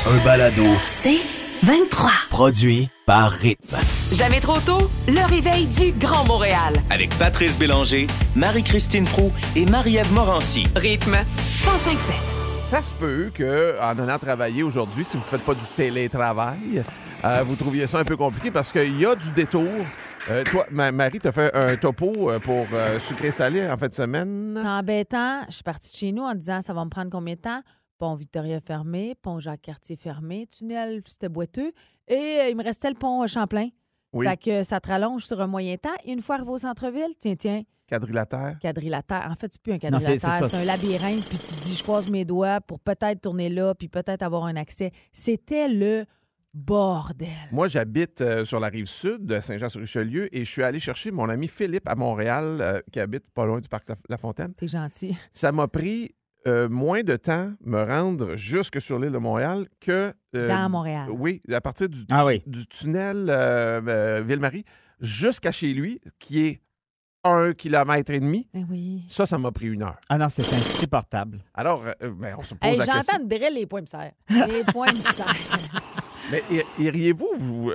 Un balado. C'est 23. Produit par Rythme. Jamais trop tôt, le réveil du Grand Montréal. Avec Patrice Bélanger, Marie-Christine Proulx et Marie-Ève Morancy. Rythme 105.7. Ça se peut qu'en allant travailler aujourd'hui, si vous ne faites pas du télétravail, vous trouviez ça un peu compliqué parce qu'il y a du détour. Toi, Marie, t'as fait un topo pour sucré-salé en fin de semaine. C'est embêtant. Je suis partie de chez nous en disant ça va me prendre combien de temps? Pont Victoria fermé, pont Jacques-Cartier fermé, tunnel, c'était boiteux. Et il me restait le pont Champlain. Oui. Fait que ça te rallonge sur un moyen temps. Et une fois arrivé au centre-ville, tiens, Quadrilatère. quadrilatère. En fait, c'est plus un Non, quadrilatère, c'est ça. un labyrinthe. Puis tu te dis, je croise mes doigts pour peut-être tourner là, puis peut-être avoir un accès. C'était le bordel. Moi, j'habite sur la rive sud de Saint-Jean-sur-Richelieu et je suis allé chercher mon ami Philippe à Montréal, qui habite pas loin du parc La Fontaine. T'es gentil. Ça m'a pris moins de temps me rendre jusque sur l'île de Montréal que... Dans Montréal. Oui, à partir du tunnel Ville-Marie jusqu'à chez lui, qui est 1,5 kilomètre. Ben oui. Ça m'a pris 1 heure. Ah non, c'est insupportable. Alors, on se pose Hey, la question. j'entends de drill les points me serrent. Les points me serrent. Mais iriez-vous,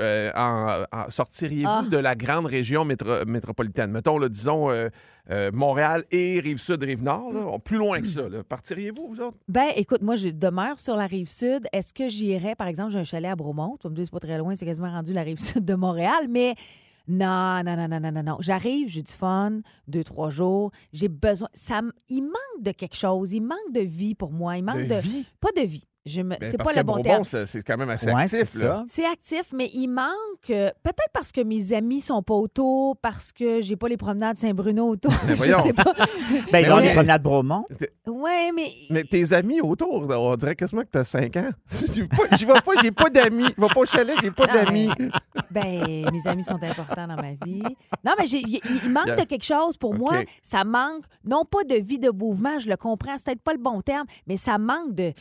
sortiriez-vous de la grande région métropolitaine? Mettons, là, disons, Montréal et Rive-Sud, Rive-Nord, là, plus loin que ça. Là. Partiriez-vous, vous autres? Ben, écoute, moi, je demeure sur la Rive-Sud. Est-ce que j'irais, par exemple, j'ai un chalet à Bromont. Tu vas me dire, c'est pas très loin, c'est quasiment rendu la Rive-Sud de Montréal, mais... Non. J'arrive, j'ai du fun, 2-3 jours. J'ai besoin... Il manque de quelque chose. Il manque de vie pour moi. Il manque de... vie? Pas de vie. C'est parce pas que le bon Bromont, terme. c'est quand même assez Ouais, actif. c'est Là. ça. C'est actif, mais il manque... peut-être parce que mes amis sont pas autour, parce que j'ai pas les promenades Saint-Bruno autour. Mais Je voyons. sais pas. Ben, dans oui. les promenades Bromont. Ouais, mais... Mais tes amis autour, on dirait quasiment que tu as 5 ans. J'y vais pas, j'ai pas d'amis. Je vais pas au chalet, j'ai pas d'amis. Ben, mes amis sont importants dans ma vie. Non, mais il manque de quelque chose pour moi. Ça manque, non pas de vie, de mouvement, je le comprends, c'est peut-être pas le bon terme, mais ça manque de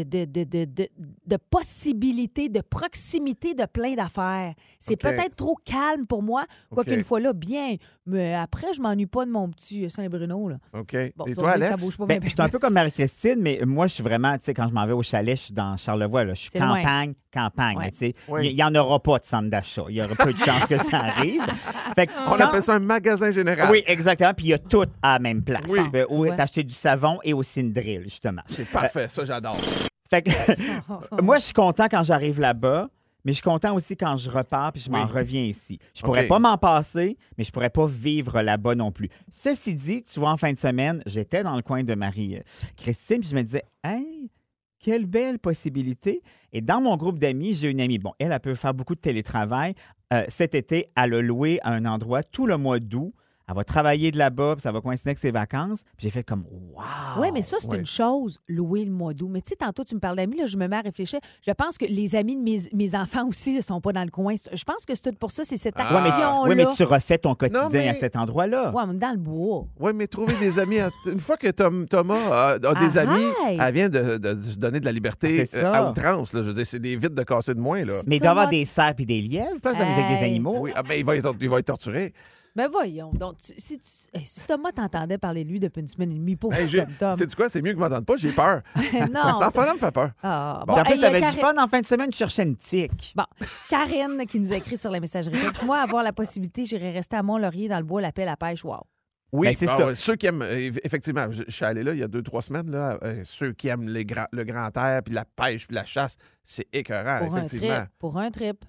possibilités, de proximité de plein d'affaires. C'est peut-être trop calme pour moi, quoiqu'une fois là, bien. Mais après, je m'ennuie pas de mon petit Saint-Bruno. Là. OK. Bon, Et ça toi, veut dire que Alex? ça bouge pas Ben, bien, je suis un peu comme Marie-Christine, mais moi, je suis vraiment, tu sais, quand je m'en vais au chalet, je suis dans Charlevoix, là, je suis C'est loin. campagne. Ouais. Tu sais, Oui. il n'y en aura pas de centre d'achat. Il y aura peu de chances que ça arrive. Fait que On quand- appelle ça un magasin général. Oui, exactement. Puis il y a tout à la même place. Oui. Tu peux Tu vois. t'acheter du savon et aussi une drill, justement. C'est parfait, ça, j'adore. Fait que, moi, je suis content quand j'arrive là-bas, mais je suis content aussi quand je repars puis je m'en reviens ici. Je pourrais OK. pas m'en passer, mais je pourrais pas vivre là-bas non plus. Ceci dit, tu vois, en fin de semaine, j'étais dans le coin de Marie-Christine puis je me disais, hey, quelle belle possibilité. Et dans mon groupe d'amis, j'ai une amie. Bon, elle peut faire beaucoup de télétravail. Cet été, elle a loué à un endroit tout le mois d'août. Elle va travailler de là-bas, puis ça va coïncider avec ses vacances. Puis j'ai fait comme, wow! Oui, mais ça, c'est une chose, louer le mois d'août. Mais tu sais, tantôt, tu me parles d'amis, là, je me mets à réfléchir. Je pense que les amis de mes enfants aussi ne sont pas dans le coin. Je pense que c'est tout pour ça, c'est cette action-là. Oui, mais tu refais ton quotidien Non, mais- à cet endroit-là. Ouais, mais dans le bois. Oui, mais trouver des amis. Une fois que Thomas a des amis, elle vient de se donner de la liberté C'est ça. à outrance. Là. Je veux dire, c'est des vides de casser de moins. Là. Mais il doit y avoir Thomas- des cerfs et des lièvres, pas s'amuser avec des Hey. animaux. Oui, ben, il va être torturé. Ben voyons. Donc, si Thomas t'entendait parler de lui depuis une semaine et demie, pauvre Hey, Tom. sais-tu quoi? C'est mieux que je m'entende pas, j'ai peur. Non. Cet enfant-là me fait peur. Ah, Puis en plus, hey, t'avais du Karine- fun en fin de semaine, tu cherchais une tique. Bon, Karine qui nous a écrit sur la messagerie texte. Moi, avoir la possibilité, j'irais rester à Mont-Laurier dans le bois, la pelle à pêche. Wow. Oui, Ben, c'est ça. ouais, ceux qui aiment, effectivement, je suis allé là il y a 2-3 semaines, là, ceux qui aiment le grand air, puis la pêche, puis la chasse, c'est écœurant, Pour un effectivement. trip. Pour un trip.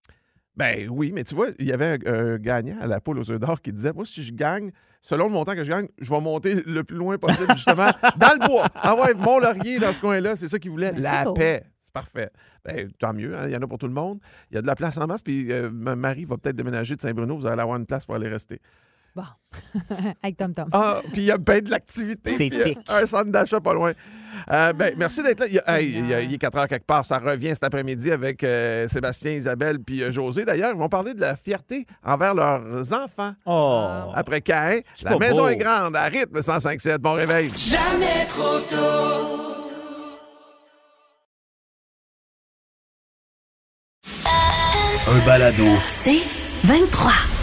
Ben oui, mais tu vois, il y avait un gagnant à la poule aux œufs d'or qui disait, moi, si je gagne, selon le montant que je gagne, je vais monter le plus loin possible, justement, dans le bois. Ah ouais, Mont-Laurier, dans ce coin-là, c'est ça qu'il voulait. Ben, La c'est cool. paix. C'est parfait. Ben, tant mieux, hein, il y en a pour tout le monde. Il y a de la place en masse, puis Marie va peut-être déménager de Saint-Bruno, vous allez avoir une place pour aller rester. Bon. Avec Tom Tom. Ah, puis il y a bien de l'activité. C'est puis tic. un centre d'achat pas loin. Ben, merci d'être là. Il est 4 heures quelque part. Ça revient cet après-midi avec Sébastien, Isabelle puis José. D'ailleurs, ils vont parler de la fierté envers leurs enfants. Oh! Après Caïn, la pas maison beau. est grande. À rythme 105.7. Bon réveil. Jamais trop tôt. Un balado. C'est 23.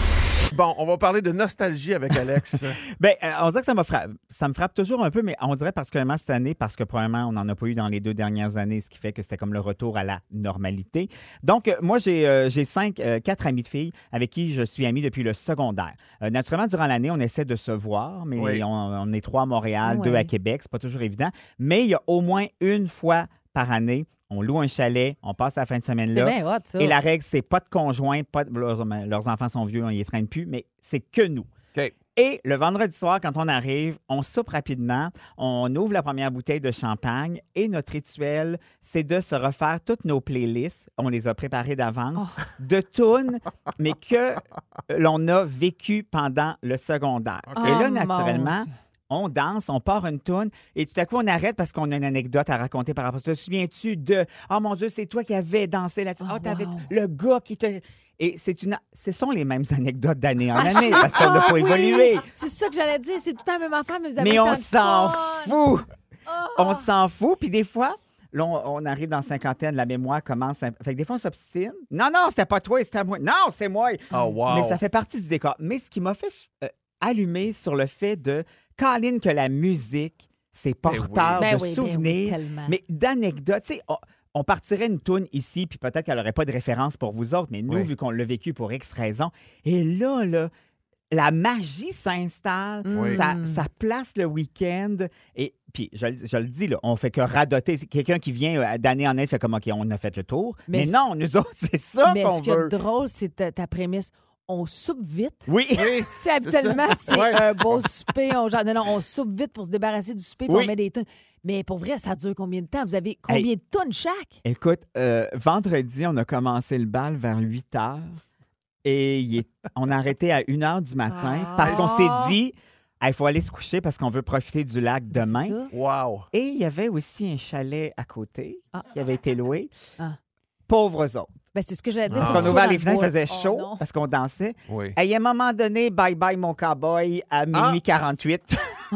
Bon, on va parler de nostalgie avec Alex. Bien, on dirait que ça me frappe toujours un peu, mais on dirait particulièrement cette année parce que probablement on n'en a pas eu dans les 2 dernières années, ce qui fait que c'était comme le retour à la normalité. Donc, moi, j'ai 4 amis de filles avec qui je suis ami depuis le secondaire. Naturellement, durant l'année, on essaie de se voir, mais Oui. on est 3 à Montréal, Oui. 2 à Québec, c'est pas toujours évident. Mais il y a au moins une fois par année, on loue un chalet, on passe la fin de semaine C'est là. bien hot, ça. Et la règle, c'est pas de conjoint, leurs enfants sont vieux, ils ne traînent plus, mais c'est que nous. OK. Et le vendredi soir, quand on arrive, on soupe rapidement, on ouvre la première bouteille de champagne et notre rituel, c'est de se refaire toutes nos playlists. On les a préparées d'avance, de tunes, mais que l'on a vécu pendant le secondaire. OK. Et là, Oh, naturellement, mon Dieu. on danse, on part une toune et tout à coup, on arrête parce qu'on a une anecdote à raconter par rapport à ça. Te souviens-tu de « Oh mon Dieu, c'est toi qui avais dansé là-dessus. Oh, Oh, t'avais wow. le gars qui te... » Et ce sont les mêmes anecdotes d'année en année parce qu'on n'a pas Ah, oui! évolué. C'est ça que j'allais dire. C'est tout le temps la même affaire, mais vous avez Mais tant on de s'en fun. fout. Ah! On s'en fout. Puis des fois, là, on arrive dans la cinquantaine, la mémoire commence. Fait que des fois, on s'obstine. Non, c'était pas toi, c'était moi. Non, c'est moi. Oh, wow. Mais ça fait partie du décor. Mais ce qui m'a fait allumer sur le fait de Colin, que la musique, c'est porteur Ben de oui, souvenirs, tellement. mais d'anecdotes. Tu sais, on partirait une toune ici, puis peut-être qu'elle n'aurait pas de référence pour vous autres, mais nous, Oui. vu qu'on l'a vécu pour X raisons, et là, la magie s'installe, Oui. ça place le week-end. Et puis, je le dis, là, on fait que radoter. C'est quelqu'un qui vient d'année en année fait comme, OK, on a fait le tour. Mais Mais non, nous autres, c'est ça Mais qu'on ce qui est veut. drôle, c'est ta prémisse. On soupe vite. Oui. Tu sais, habituellement, c'est Ouais. un beau souper. On soupe vite pour se débarrasser du souper, puis Oui. on met des tonnes. Mais pour vrai, ça dure combien de temps? Vous avez combien de tonnes chaque? Écoute, vendredi, on a commencé le bal vers 8 heures et on a arrêté à 1 heure du matin Ah. parce qu'on s'est dit, il faut aller se coucher parce qu'on veut profiter du lac demain. C'est ça? Wow. Et il y avait aussi un chalet à côté Ah. qui avait été loué. Ah. Pauvres autres. Ben, c'est ce que j'allais dire. Ah. Parce c'est qu'on a chaud ouvert dans les le fenêtres, il bois. faisait Oh, chaud non. parce qu'on dansait. Oui. Et à un moment donné, bye bye mon cowboy à minuit 48.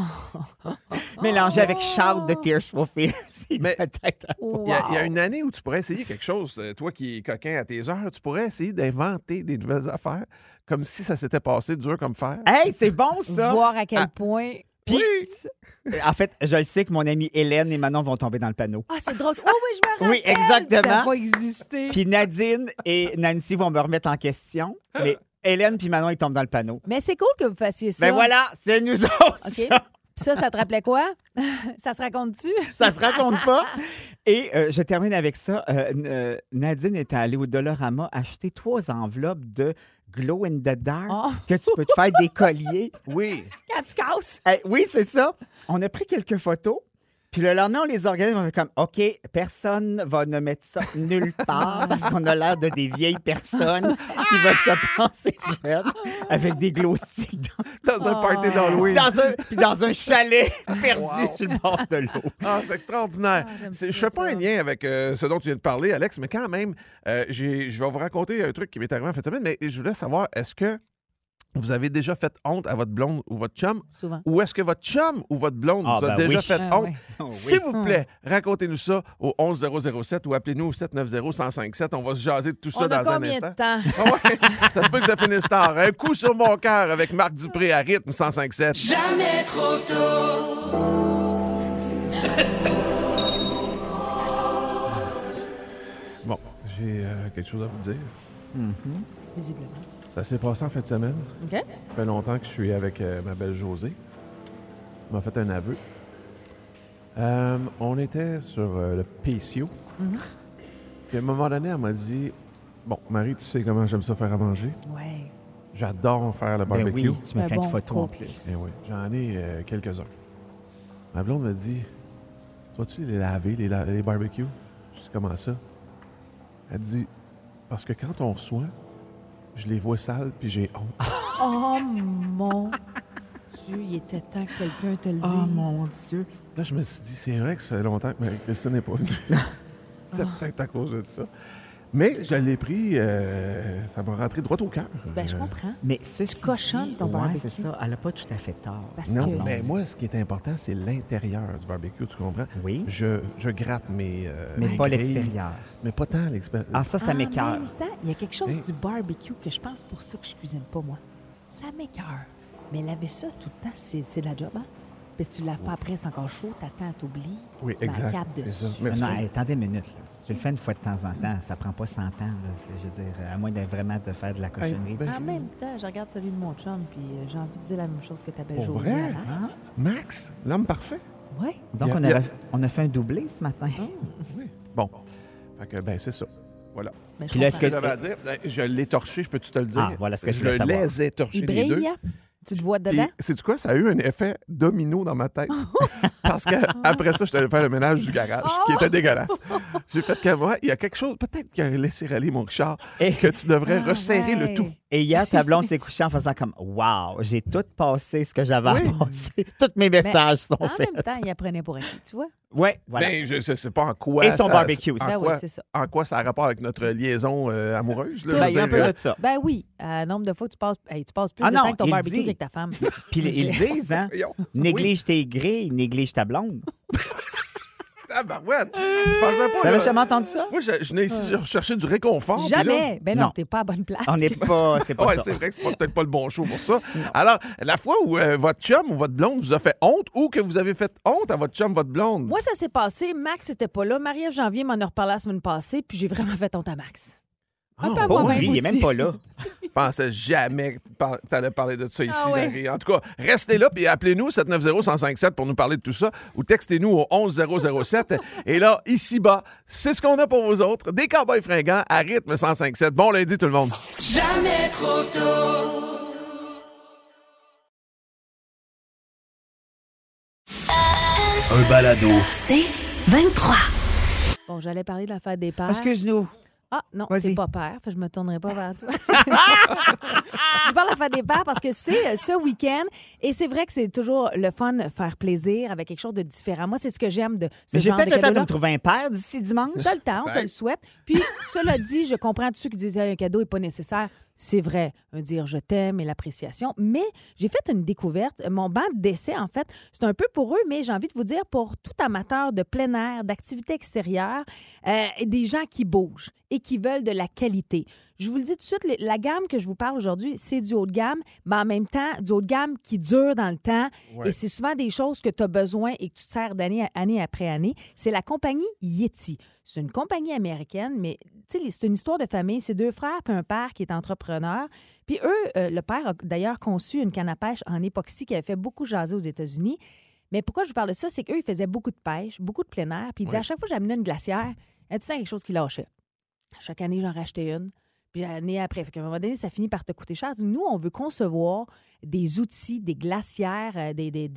Mélangé avec Shout de Tears for Fears. Il Mais- devait être- Il y a une année où tu pourrais essayer quelque chose. Toi qui es coquin à tes heures, tu pourrais essayer d'inventer des nouvelles affaires comme si ça s'était passé dur comme fer. Hey, c'est bon ça! Voir à quel point. Puis, Oui. en fait, je le sais que mon amie Hélène et Manon vont tomber dans le panneau. Ah, c'est drôle. Oh oui, je me rappelle. Oui, exactement. Ça n'a pas existé. Puis Nadine et Nancy vont me remettre en question. Mais Hélène puis Manon, ils tombent dans le panneau. Mais c'est cool que vous fassiez ça. Ben voilà, c'est nous autres. OK. ça. Puis ça te rappelait quoi? Ça se raconte-tu? Ça se raconte pas. Et je termine avec ça. Nadine est allée au Dollarama acheter 3 enveloppes de glow in the dark Oh. que tu peux te faire des colliers. Oui. Quand tu casses. Oui, c'est ça. On a pris quelques photos. Puis le lendemain, on les organise. On fait comme, OK, personne va ne mettre ça nulle part parce qu'on a l'air de des vieilles personnes qui veulent se penser jeunes avec des glow sticks Dans un party d'Halloween. dans un chalet perdu Wow. sur le bord de l'eau. Ah, c'est extraordinaire. Ah, j'aime Je ça, fais pas ça. un lien avec ce dont tu viens de parler, Alex, mais quand même, je vais vous raconter un truc qui m'est arrivé en fin de semaine, mais je voulais savoir, est-ce que vous avez déjà fait honte à votre blonde ou votre chum? Souvent. Ou est-ce que votre chum ou votre blonde Ah, vous a ben déjà oui. fait Ah, honte? ouais. Oh, S'il vous plaît, racontez-nous ça au 11007 ou appelez-nous au 790-1057. On va se jaser de tout ça On a dans un combien instant. de temps? Ah ouais, ça se peut que ça finisse tard. Un coup sur mon cœur avec Marc Dupré à rythme 1057. Jamais trop tôt. Bon, j'ai quelque chose à vous dire. Visiblement. Ça s'est passé en fin de semaine. OK. Ça fait longtemps que je suis avec ma belle Josée. Elle m'a fait un aveu. On était sur le PCO. Puis à un moment donné, elle m'a dit Bon, Marie, tu sais comment j'aime ça faire à manger. Ouais. J'adore faire le Ben barbecue. oui, tu mets Un plein de bon photos en couple. plus. Eh oui, j'en ai quelques-uns. Ma blonde me dit Toi-tu les laver, les barbecues Je dis Comment ça Elle dit Parce que quand on reçoit, je les vois sales puis j'ai honte. Oh mon Dieu, il était temps que quelqu'un te le dise. Oh mon Dieu. Là, je me suis dit, c'est vrai que ça fait longtemps que Marie-Christine n'est pas venue. C'était peut-être à cause de ça. Mais je l'ai pris, ça m'a rentré droit au cœur. Ben, je comprends. Mais ceci Tu cochonnes dit, ton barbecue. c'est ça. Elle n'a pas tout à fait tort. Parce Non, que mais moi, ce qui est important, c'est l'intérieur du barbecue, tu comprends? Oui, Je gratte mes mais mes pas grilles, l'extérieur. Mais pas tant l'extérieur. Ah, ça en m'écoeure. même temps, il y a quelque chose Hey. du barbecue que je pense pour ça que je cuisine pas, moi. Ça m'écoeure. Mais laver ça tout le temps, c'est de la job, hein? Puis si tu ne laves pas après, c'est encore chaud, t'attends, t'oublies. Oui, tu mets un exact. cap C'est dessus. ça. Merci. Non, attendez une minute. Là. Si tu le fais une fois de temps en temps, ça prend pas 100 ans. Là. Je veux dire, à moins de vraiment te faire de la cochonnerie. ben, En même temps, je regarde celui de mon chum, puis j'ai envie de dire la même chose que ta belle Pour Josie. vrai? Hein? Max, l'homme parfait. Oui. Donc, Il y a- on a fait un doublé ce matin. Oui. Bon. Fait que, ben, c'est ça. Voilà. Ben, je Puis là, est-ce comprends. que- J'avais à dire, je l'ai torché, je peux-tu te le dire? Ah, voilà ce que je je voulais savoir. les ai torchés Il les deux. brille? Tu te vois Puis, dedans? sais-tu quoi? Ça a eu un effet domino dans ma tête. Parce qu'après ça, je suis allé faire le ménage du garage, qui était dégueulasse. J'ai fait que moi, il y a quelque chose, peut-être qu'il a laissé aller mon Richard, Et- que tu devrais Ah, resserrer ouais. le tout. Et hier, ta blonde s'est couchée en faisant comme « Wow, j'ai tout passé ce que j'avais Oui. à passer. Tous mes messages sont En faits. même temps, il apprenait pour acquis, tu vois? Oui, voilà. Ben, je ne sais pas en quoi. Et son ça- barbecue aussi. En, Ben quoi, oui, c'est ça. en quoi ça a rapport avec notre liaison amoureuse? Là, Ben, je il y a un veux dire, peu de ça. Ben oui, nombre de fois que tu passes plus Ah de non, temps que ton il barbecue dit. qu'avec ta femme. Puis ils le disent, hein? voyons. Néglige tes grilles, néglige ta blonde. Ah, ben ouais. Je pensais pas. T'avais là. jamais entendu ça? Moi, je venais ici chercher du réconfort. puis là- Jamais! Ben non, Non. t'es pas à bonne place. On n'est pas... C'est pas Ouais, ça. c'est vrai que c'est peut-être pas le bon show pour ça. Alors, la fois où votre chum ou votre blonde vous a fait honte ou que vous avez fait honte à votre chum, votre blonde. Moi, ça s'est passé. Max n'était pas là. Marie-Ève Janvier m'en a reparlé la semaine passée, puis j'ai vraiment fait honte à Max. Un peu à Oh, moi-même lui, il est aussi. même pas là. Je pensais jamais que t'allais parler de ça ici, Ah ouais. Marie. En tout cas, restez là puis appelez-nous 790-1057 pour nous parler de tout ça ou textez-nous au 11007. Et là, ici-bas, c'est ce qu'on a pour vous autres. Des cowboys fringants à rythme 1057. Bon lundi, tout le monde. Jamais trop tôt. Un balado. C'est 23. Bon, j'allais parler de la fête des pères. Excuse-nous. Ah, non, Vas-y. c'est pas père. Fait que je me tournerai pas vers toi. Je parle de la fête des pères parce que c'est ce week-end et c'est vrai que c'est toujours le fun de faire plaisir avec quelque chose de différent. Moi, c'est ce que j'aime de ce Mais j'ai genre de peut-être le temps de cadeau-là. me trouver un père d'ici dimanche. T'as le temps, on te le souhaite. Puis, cela dit, je comprends tous ceux qui disent un cadeau n'est pas nécessaire. C'est vrai, dire je t'aime et l'appréciation. Mais j'ai fait une découverte. Mon banc d'essai, en fait, c'est un peu pour eux, mais j'ai envie de vous dire pour tout amateur de plein air, d'activités extérieures, des gens qui bougent et qui veulent de la qualité. Je vous le dis tout de suite, la gamme que je vous parle aujourd'hui, c'est du haut de gamme, mais en même temps, du haut de gamme qui dure dans le temps. Ouais. Et c'est souvent des choses que tu as besoin et que tu te sers année après année. C'est la compagnie Yeti. C'est une compagnie américaine, mais tu sais, c'est une histoire de famille. C'est deux frères puis un père qui est entrepreneur. Puis eux, le père a d'ailleurs conçu une canne à pêche en époxy qui avait fait beaucoup jaser aux États-Unis. Mais pourquoi je vous parle de ça? C'est qu'eux, ils faisaient beaucoup de pêche, beaucoup de plein air. Puis ils disaient, Ouais. à chaque fois que j'amenais une glacière, il y a tout le temps quelque chose qui lâchait. Chaque année, j'en rachetais une. Puis l'année après, fait qu'à un moment donné, ça finit par te coûter cher. Nous, on veut concevoir des outils, des glacières,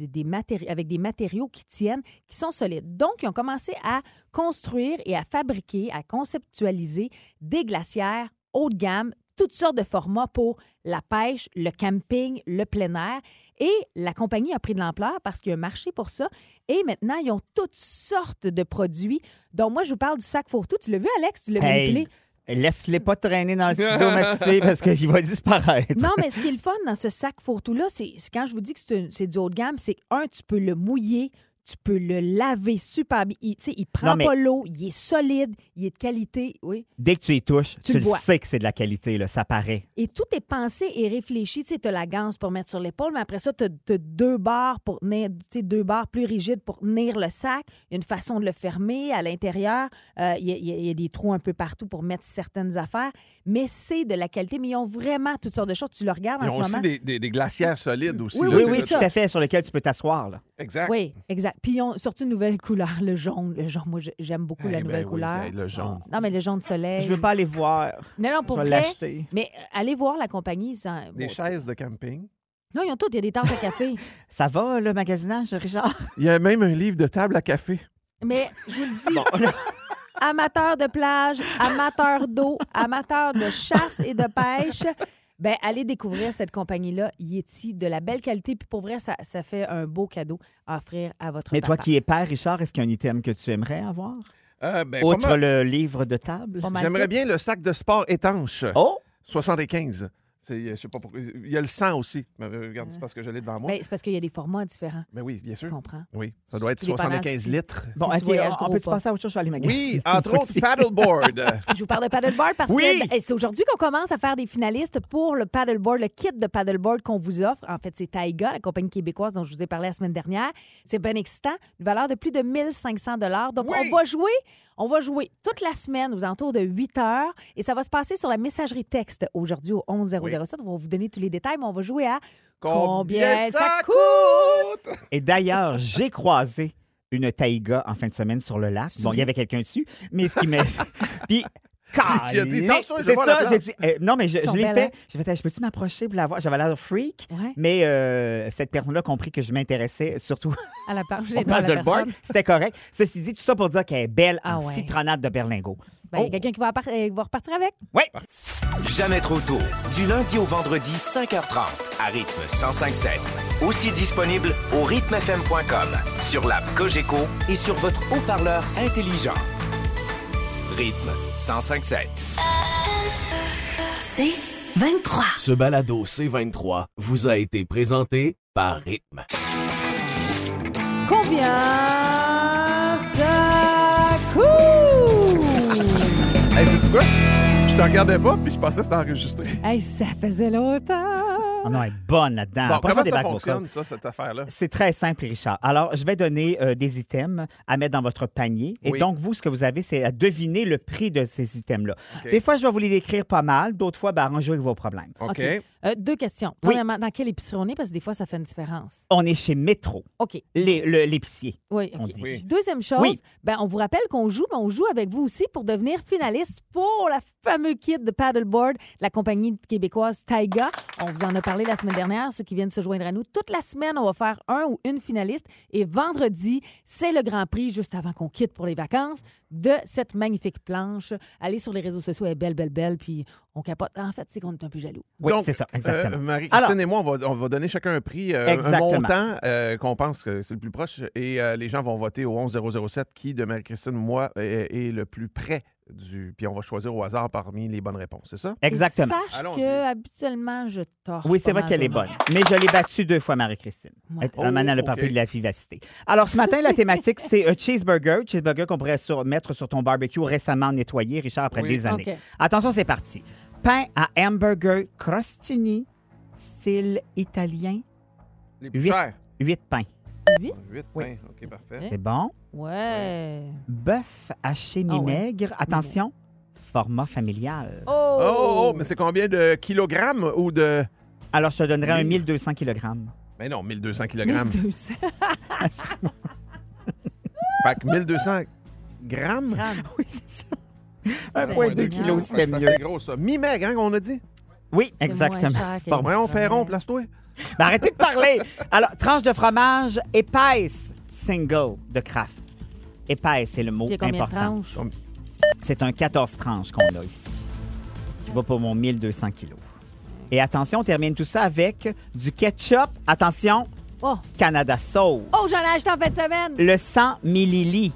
avec des matériaux qui tiennent, qui sont solides. Donc, ils ont commencé à construire et à fabriquer, à conceptualiser des glacières haut de gamme, toutes sortes de formats pour la pêche, le camping, le plein air. Et la compagnie a pris de l'ampleur parce qu'il y a un marché pour ça. Et maintenant, ils ont toutes sortes de produits. Donc, moi, je vous parle du sac fourre-tout. Tu l'as vu, Alex? Tu l'as manipulé? Laisse-les pas traîner dans le studio, ma petite fille, parce qu'il va disparaître. Non, mais ce qui est le fun dans ce sac fourre-tout-là, c'est quand je vous dis que c'est du haut de gamme, c'est tu peux le mouiller, tu peux le laver super bien. Il prend Non, mais- pas l'eau, il est solide, il est de qualité, oui. Dès que tu y touches, Tu tu le le vois. sais que c'est de la qualité, là, ça paraît. Et tout est pensé et réfléchi. Tu sais, as la ganse pour mettre sur l'épaule, mais après ça, tu as deux barres pour tenir, tu sais, deux barres plus rigides pour tenir le sac. Il y a une façon de le fermer à l'intérieur. Il y a des trous un peu partout pour mettre certaines affaires. Mais c'est de la qualité. Mais ils ont vraiment toutes sortes de choses. Tu le regardes en Ils ce ont aussi moment. des glacières solides aussi. Oui, là, oui, tu sais, oui, là, ça. Tout à fait, sur lequel tu peux t'asseoir. Là. Exact. Oui, exact. Puis ils ont sorti une nouvelle couleur, le jaune. Le jaune, moi, j'aime beaucoup Eh la ben nouvelle oui, couleur. le jaune. Non, mais le jaune de soleil. Je veux pas aller voir. Non, pour Je vais vrai. l'acheter. Mais allez voir la compagnie. Des bon, chaises de camping. Non, ils ont tout. Il y a des tasses à café. Ça va, le magasinage, Richard? Il y a même un livre de table à café. Mais je vous le dis, amateurs de plage, amateurs d'eau, amateurs de chasse et de pêche, ben allez découvrir cette compagnie-là, Yeti, de la belle qualité. Puis pour vrai, ça fait un beau cadeau à offrir à votre Mais toi papa. qui es père, Richard, est-ce qu'il y a un item que tu aimerais avoir? Ben, pas Outre mal. le livre de table? Pas mal J'aimerais tout. bien le sac de sport étanche. Oh! 75. Je sais pas pourquoi. Il y a le sang aussi. Regarde, c'est parce que je l'ai devant moi. Ben, c'est parce qu'il y a des formats différents. Mais oui, bien Tu sûr. comprends? Oui, ça doit être Tout dépendant 75 si- litres. Bon, Si tu OK, voyages on gros peut-tu pas. passer à autre chose sur les magasins? Oui, entre autres, paddleboard. Je vous parle de paddleboard parce Oui! que c'est aujourd'hui qu'on commence à faire des finalistes pour le paddleboard, le kit de paddleboard qu'on vous offre. En fait, c'est Taiga, la compagnie québécoise dont je vous ai parlé la semaine dernière. C'est bien excitant, une valeur de plus de 1500 $. Donc, Oui! on va jouer toute la semaine aux alentours de 8 heures et ça va se passer sur la messagerie texte aujourd'hui au 11007. On va vous donner tous les détails, mais on va jouer à combien ça coûte? Et d'ailleurs, j'ai croisé une taïga en fin de semaine sur le lac. Bon, il y avait quelqu'un dessus, mais ce qui m'a... Puis... Tu as dit, tasse-toi, je c'est vois la ça, place. j'ai dit... non, mais je Ils sont l'ai belles, fait. hein? J'ai fait, je peux-tu m'approcher pour la voir? J'avais l'air freak, Ouais. mais cette personne-là a compris que je m'intéressais surtout À la part, au j'ai pas la paddleboard. personne. C'était correct. Ceci dit, tout ça pour dire qu'elle est belle Ah en ouais. citronnade de berlingot. Ben, il y a quelqu'un qui va repartir avec. Oui, Jamais trop tôt. Du lundi au vendredi, 5h30, à rythme 105.7. Aussi disponible au rythmefm.com, sur l'app Cogeco et sur votre haut-parleur intelligent. Rythme 105.7. C'est 23. Ce balado C23 vous a été présenté par Rythme. Combien ça coûte? Hey, sais-tu quoi? Je te regardais pas, puis je pensais que c'était enregistré. Hey, ça faisait longtemps. oh non, elle est bonne là-dedans. Bon, On pourrait comment faire des ça bacs au fonctionne, code. ça, cette affaire-là? C'est très simple, Richard. Alors, je vais donner des items à mettre dans votre panier. Et Oui. donc, vous, ce que vous avez, c'est à deviner le prix de ces items-là. OK. Des fois, je vais vous les décrire pas mal. D'autres fois, arrangez avec vos problèmes. OK. OK. Deux questions. Oui. Premièrement, dans quelle épicerie on est? Parce que des fois, ça fait une différence. On est chez Métro, OK. l'épicier. Oui, On OK. dit. Oui. Deuxième chose, Oui. on vous rappelle qu'on joue, mais on joue avec vous aussi pour devenir finaliste pour la fameux kit de paddleboard de la compagnie québécoise Taiga. On vous en a parlé la semaine dernière, ceux qui viennent se joindre à nous. Toute la semaine, on va faire un ou une finaliste. Et vendredi, c'est le grand prix, juste avant qu'on quitte pour les vacances, de cette magnifique planche. Allez sur les réseaux sociaux, elle est belle, belle, belle, puis on capote. En fait, c'est qu'on est un peu jaloux. Oui, Donc, c'est ça, exactement. Marie-Christine Alors- et moi, on va donner chacun un prix, un Exactement. montant qu'on pense que c'est le plus proche. Et les gens vont voter au 11007 qui, de Marie-Christine ou moi, est le plus près du... Puis on va choisir au hasard parmi les bonnes réponses, c'est ça? Exactement. Et sache Allons-y. que habituellement, je torche. Oui, c'est pas vrai mal qu'elle de est bonne. monde. Mais je l'ai battue 2 fois, Marie-Christine. Ouais. Un moment, elle a pas OK. pris de la vivacité. Alors, ce matin, la thématique, c'est un cheeseburger. Cheeseburger qu'on pourrait mettre sur ton barbecue récemment nettoyé, Richard, après Oui. des années. OK. Attention, c'est parti. Pain à hamburger crostini, style italien, Les plus 8. chers. 8 pains. 8? 8 Oui. pains. OK, parfait. C'est bon. Ouais. Bœuf haché Ah ouais. mi-maigre. Attention, format familial. Oh, mais c'est combien de kilogrammes ou de... Alors, je te donnerais un Oui. 1200 kg. Mais non, 1200 kg. 1200 Excuse-moi. Fait que 1200 grammes? grammes. Oui, c'est ça. C'est 1,2 génial. kg, c'était C'est mieux. assez gros, ça. Mi-maigre, hein, on a dit? Oui, C'est exactement. moins cher que Format- Ouais, on fait vrai. rond, place-toi. Ben, arrêtez de parler. Alors, tranche de fromage épaisse, single de Kraft. Épaisse, c'est le mot Il y a combien de important. tranches? C'est un 14 tranches qu'on a ici, qui va pour mon 1200 kilos. Et attention, on termine tout ça avec du ketchup. Attention, Oh, Canada Sauce. oh j'en ai acheté en fin de semaine. Le 100 millilitres.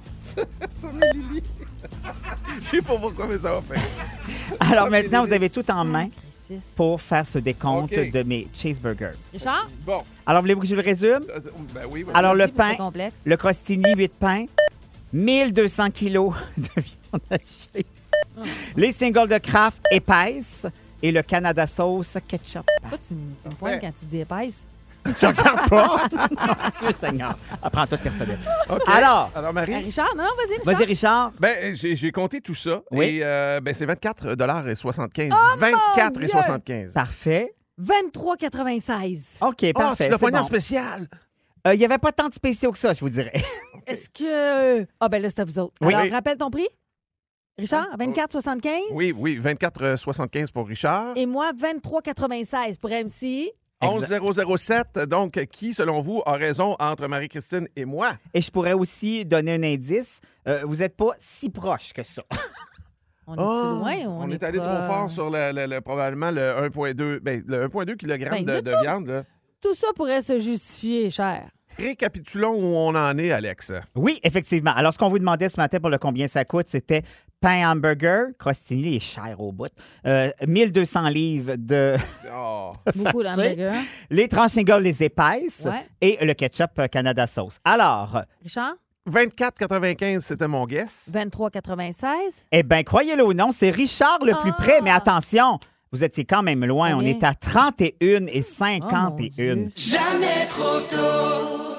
Je sais pas pourquoi, mais ça va faire. Alors 100 maintenant, vous avez millilitres. tout en main Sacrifice. pour faire ce décompte OK. de mes cheeseburgers. Richard? Bon. Alors, voulez-vous que je le résume? Ben oui. Alors, le Merci pour ce pain, complexe. le crostini, 8 pains, 1200 kilos de viande hachée, les singles de Kraft épaisses et le Canada Sauce ketchup. Pourquoi tu me pointes quand tu dis épaisse? Je regarde pas. Monsieur Seigneur. Apprends tout personnel. OK. Alors, Marie? Richard? Non, vas-y, Richard. vas-y, Richard. Ben, j'ai compté tout ça. Oui. Et ben, c'est 24,75 Oh, 24,75 Parfait. 23,96. OK, Oh, parfait. tu l'as c'est pogné en bon. spécial. Il n'y avait pas tant de spéciaux que ça, je vous dirais. Est-ce que... Ah, ben là, c'est à vous autres. Oui. Alors, Oui. rappelle ton prix. Richard, 24,75. Oui, 24,75 pour Richard. Et moi, 23,96 pour MC. 11007. Donc, qui, selon vous, a raison entre Marie-Christine et moi? Et je pourrais aussi donner un indice. Vous n'êtes pas si proche que ça. On Oh, est loin? on est allé pas- trop fort sur probablement le 1,2 ben, le 1,2 kg Ben, de dites-donc. viande. Là. Tout ça pourrait se justifier, cher. Récapitulons où on en est, Alex. Oui, effectivement. Alors, ce qu'on vous demandait ce matin pour le combien ça coûte, c'était pain hamburger, crostini, il est cher au bout, 1200 livres de Oh. Beaucoup d'hamburgers. les tranches singles, les épaisses Ouais. et le ketchup Canada Sauce. Alors, Richard? 24,95, c'était mon guess. 23,96. eh bien, croyez-le ou non, c'est Richard le plus près, mais attention, vous étiez quand même loin. On Combien? est à 31 et Oh, mon 51. Dieu.